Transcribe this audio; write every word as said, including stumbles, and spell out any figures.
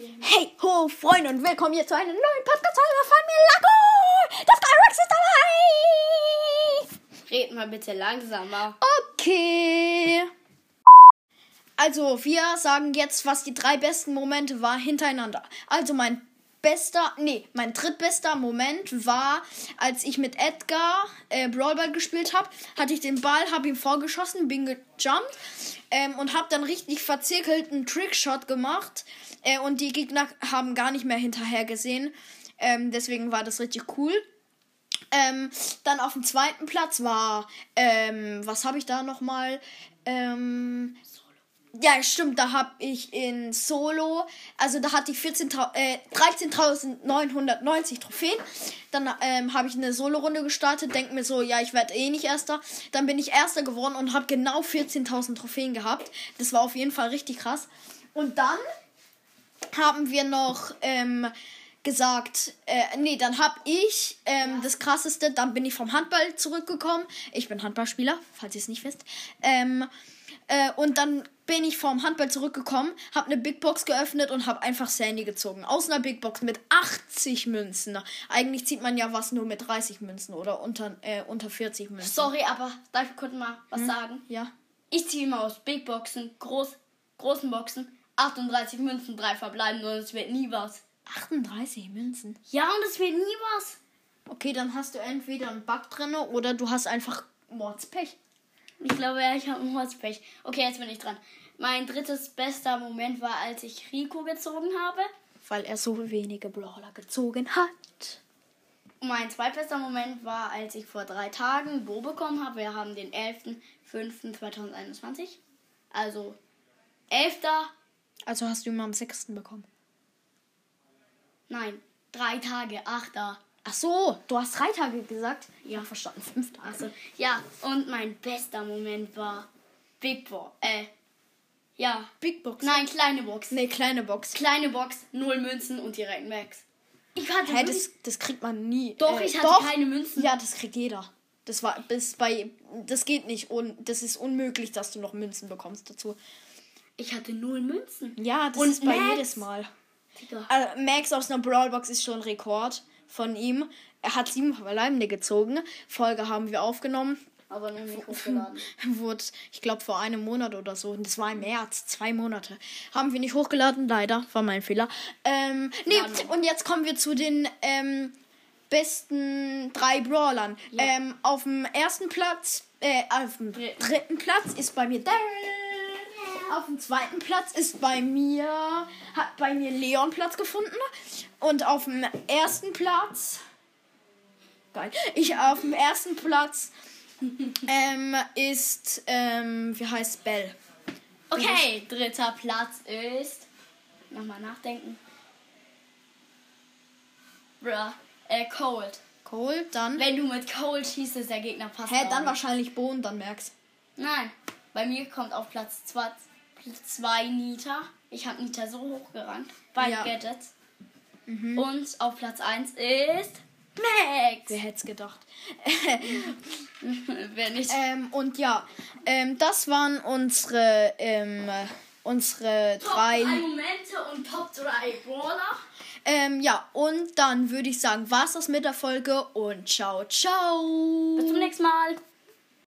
Hey ho, Freunde, und willkommen hier zu einer neuen Podcast-Folge von mir, Lago! Das Skyrox ist dabei! Red mal bitte langsamer. Okay. Also, wir sagen jetzt, was die drei besten Momente waren hintereinander. Also, mein bester, nee, mein drittbester Moment war, als ich mit Edgar äh, Brawlball gespielt habe, hatte ich den Ball, habe ihn vorgeschossen, bin gejumpt ähm, und habe dann richtig verzirkelt einen Trickshot gemacht äh, und die Gegner haben gar nicht mehr hinterher gesehen. Ähm, deswegen war das richtig cool. Ähm, dann auf dem zweiten Platz war, ähm, was habe ich da nochmal? Ähm, Ja, stimmt, da habe ich in Solo, also da hatte ich äh, dreizehntausendneunhundertneunzig Trophäen. Dann ähm, habe ich eine Solo-Runde gestartet, denke mir so, ja, ich werde eh nicht Erster. Dann bin ich Erster geworden und habe genau vierzehntausend Trophäen gehabt. Das war auf jeden Fall richtig krass. Und dann haben wir noch ähm, gesagt, äh, nee, dann habe ich ähm, ja. das Krasseste, dann bin ich vom Handball zurückgekommen. Ich bin Handballspieler, falls ihr es nicht wisst. Ähm, äh, und dann bin ich vom Handball zurückgekommen, habe eine Big Box geöffnet und habe einfach Sandy gezogen. Aus einer Big Box mit achtzig Münzen. Eigentlich zieht man ja was nur mit dreißig Münzen oder unter, äh, unter vierzig Münzen. Sorry, aber darf ich kurz mal was hm? sagen? Ja. Ich ziehe immer aus Big Boxen, groß, großen Boxen, achtunddreißig Münzen, drei verbleiben und es wird nie was. achtunddreißig Münzen? Ja, und es wird nie was. Okay, dann hast du entweder einen Bug drin oder du hast einfach Mordspech. Ich glaube, ja, ich habe ein Mordspech. Okay, jetzt bin ich dran. Mein drittes bester Moment war, als ich Rico gezogen habe. Weil er so wenige Brawler gezogen hat. Mein zweitbester Moment war, als ich vor drei Tagen Bo bekommen habe. Wir haben den elften fünften zweitausendeinundzwanzig. Also, elfter Also hast du ihn mal am sechsten bekommen? Nein, drei Tage, achter Ach so, du hast drei Tage gesagt? Ja, verstanden, fünf Tage. Also, ja, und mein bester Moment war Big Box. Äh, ja. Big Box? Nein, kleine Box. Nee, kleine Box. Kleine Box, null Münzen und direkt Max. Ich hatte Hä, das, das kriegt man nie. Doch, äh, ich hatte doch. keine Münzen. Ja, das kriegt jeder. Das war bis bei, das geht nicht. Un, das ist unmöglich, dass du noch Münzen bekommst dazu. Ich hatte null Münzen. Ja, das und ist bei Max? jedes Mal. Also, Max aus einer Brawlbox ist schon ein Rekord von ihm. Er hat sieben Verbleibende gezogen. Folge haben wir aufgenommen. Aber noch nicht hochgeladen. Wurde, ich glaube, vor einem Monat oder so. Und das war im März. Zwei Monate. Haben wir nicht hochgeladen, leider. War mein Fehler. Ähm, nee, ja, no. Und jetzt kommen wir zu den ähm, besten drei Brawlern. Ja. Ähm, auf dem ersten Platz, äh, auf dem dritten Platz ist bei mir Daryl. Auf dem zweiten Platz ist bei mir, hat bei mir Leon Platz gefunden. Und auf dem ersten Platz, geil, ich auf dem ersten Platz ähm, ist, ähm, wie heißt Belle. Okay, dritter Platz ist, nochmal nachdenken. Bruh, äh, Cold. Cold, dann. Wenn du mit Cold schießt, ist der Gegner fast. Hä, dann wahrscheinlich Bo und dann Max. Nein, bei mir kommt auf Platz zwei Nita. Ich habe Nita so hochgerannt bei ja. Gadgets. Mhm. Und auf Platz eins ist Max. Wer hätte es gedacht? Wer nicht. Ähm, und ja, ähm, das waren unsere, ähm, unsere Top drei... drei Momente und Top drei Brawler. Ähm, ja, und dann würde ich sagen, war's das mit der Folge und ciao, ciao. Bis zum nächsten Mal.